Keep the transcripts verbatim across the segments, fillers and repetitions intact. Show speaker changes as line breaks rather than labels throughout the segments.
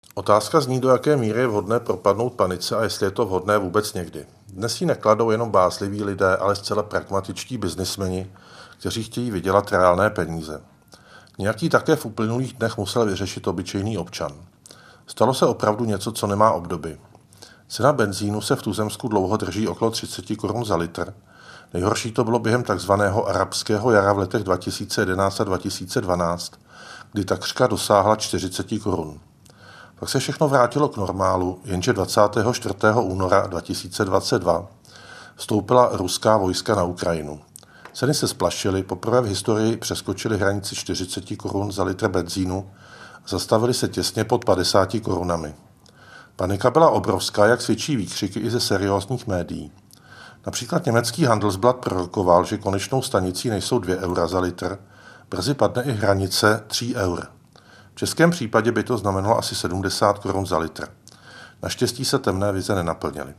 Otázka zní, do jaké míry je vhodné propadnout panice a jestli je to vhodné vůbec někdy. Dnes ji nekladou jenom bázliví lidé, ale zcela pragmatičtí biznismeni, kteří chtějí vydělat reálné peníze. Nějaký také v uplynulých dnech musel vyřešit obyčejný občan. Stalo se opravdu něco, co nemá obdoby. Cena benzínu se v tuzemsku dlouho drží okolo třicet korun za litr. Nejhorší to bylo během takzvaného arabského jara v letech dva tisíce jedenáct a dva tisíce dvanáct, kdy takřka dosáhla čtyřicet korun. Pak se všechno vrátilo k normálu, jenže dvacátého čtvrtého února dva tisíce dvacet dva vstoupila ruská vojska na Ukrajinu. Ceny se splašily, poprvé v historii přeskočily hranici čtyřicet korun za litr benzínu a zastavily se těsně pod padesáti korunami. Panika byla obrovská, jak svědčí výkřiky i ze seriózních médií. Například německý Handelsblatt prorokoval, že konečnou stanicí nejsou dvě eura za litr, brzy padne i hranice tří eur. V českém případě by to znamenalo asi sedmdesát korun za litr. Naštěstí se temné vize nenaplnily.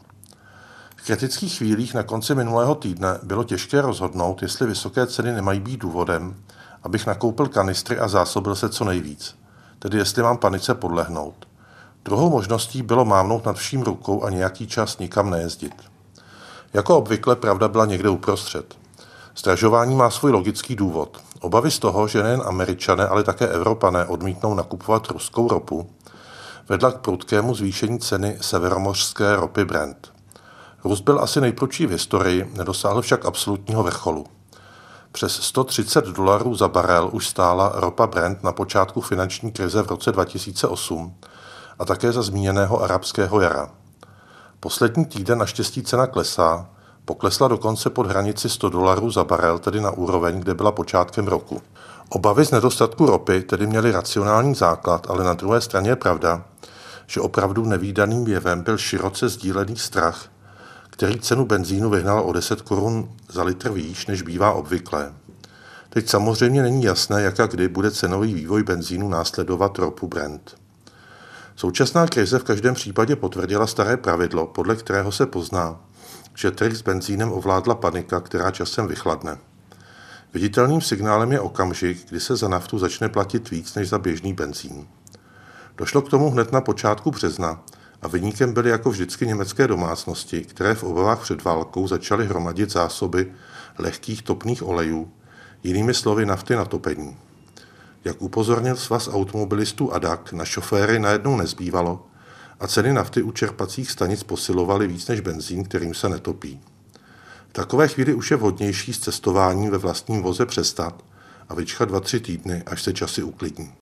V kritických chvílích na konci minulého týdne bylo těžké rozhodnout, jestli vysoké ceny nemají být důvodem, abych nakoupil kanistry a zásobil se co nejvíc, tedy jestli mám panice podlehnout. Druhou možností bylo mávnout nad vším rukou a nějaký čas nikam nejezdit. Jako obvykle pravda byla někde uprostřed. Zdražování má svůj logický důvod. Obavy z toho, že nejen Američané, ale také Evropané odmítnou nakupovat ruskou ropu, vedla k prudkému zvýšení ceny severomořské ropy Brent. Růst byl asi nejprudší v historii, nedosáhl však absolutního vrcholu. Přes sto třicet dolarů za barel už stála ropa Brent na počátku finanční krize v roce dva tisíce osm a také za zmíněného arabského jara. Poslední týden naštěstí cena klesá, poklesla dokonce pod hranici sto dolarů za barel, tedy na úroveň, kde byla počátkem roku. Obavy z nedostatku ropy tedy měly racionální základ, ale na druhé straně je pravda, že opravdu nevídaným jevem byl široce sdílený strach, který cenu benzínu vyhnal o deset korun za litr výš, než bývá obvyklé. Teď samozřejmě není jasné, jak a kdy bude cenový vývoj benzínu následovat ropu Brent. Současná krize v každém případě potvrdila staré pravidlo, podle kterého se pozná, že trh s benzínem ovládla panika, která časem vychladne. Viditelným signálem je okamžik, kdy se za naftu začne platit víc než za běžný benzín. Došlo k tomu hned na počátku března a viníkem byly jako vždycky německé domácnosti, které v obavách před válkou začaly hromadit zásoby lehkých topných olejů, jinými slovy nafty na topení. Jak upozornil svaz automobilistů A D A C, na šoféry najednou nezbývalo a ceny nafty u čerpacích stanic posilovaly víc než benzín, kterým se netopí. V takové chvíli už je vhodnější s cestováním ve vlastním voze přestat a vyčkat dva, tři týdny, až se časy uklidní.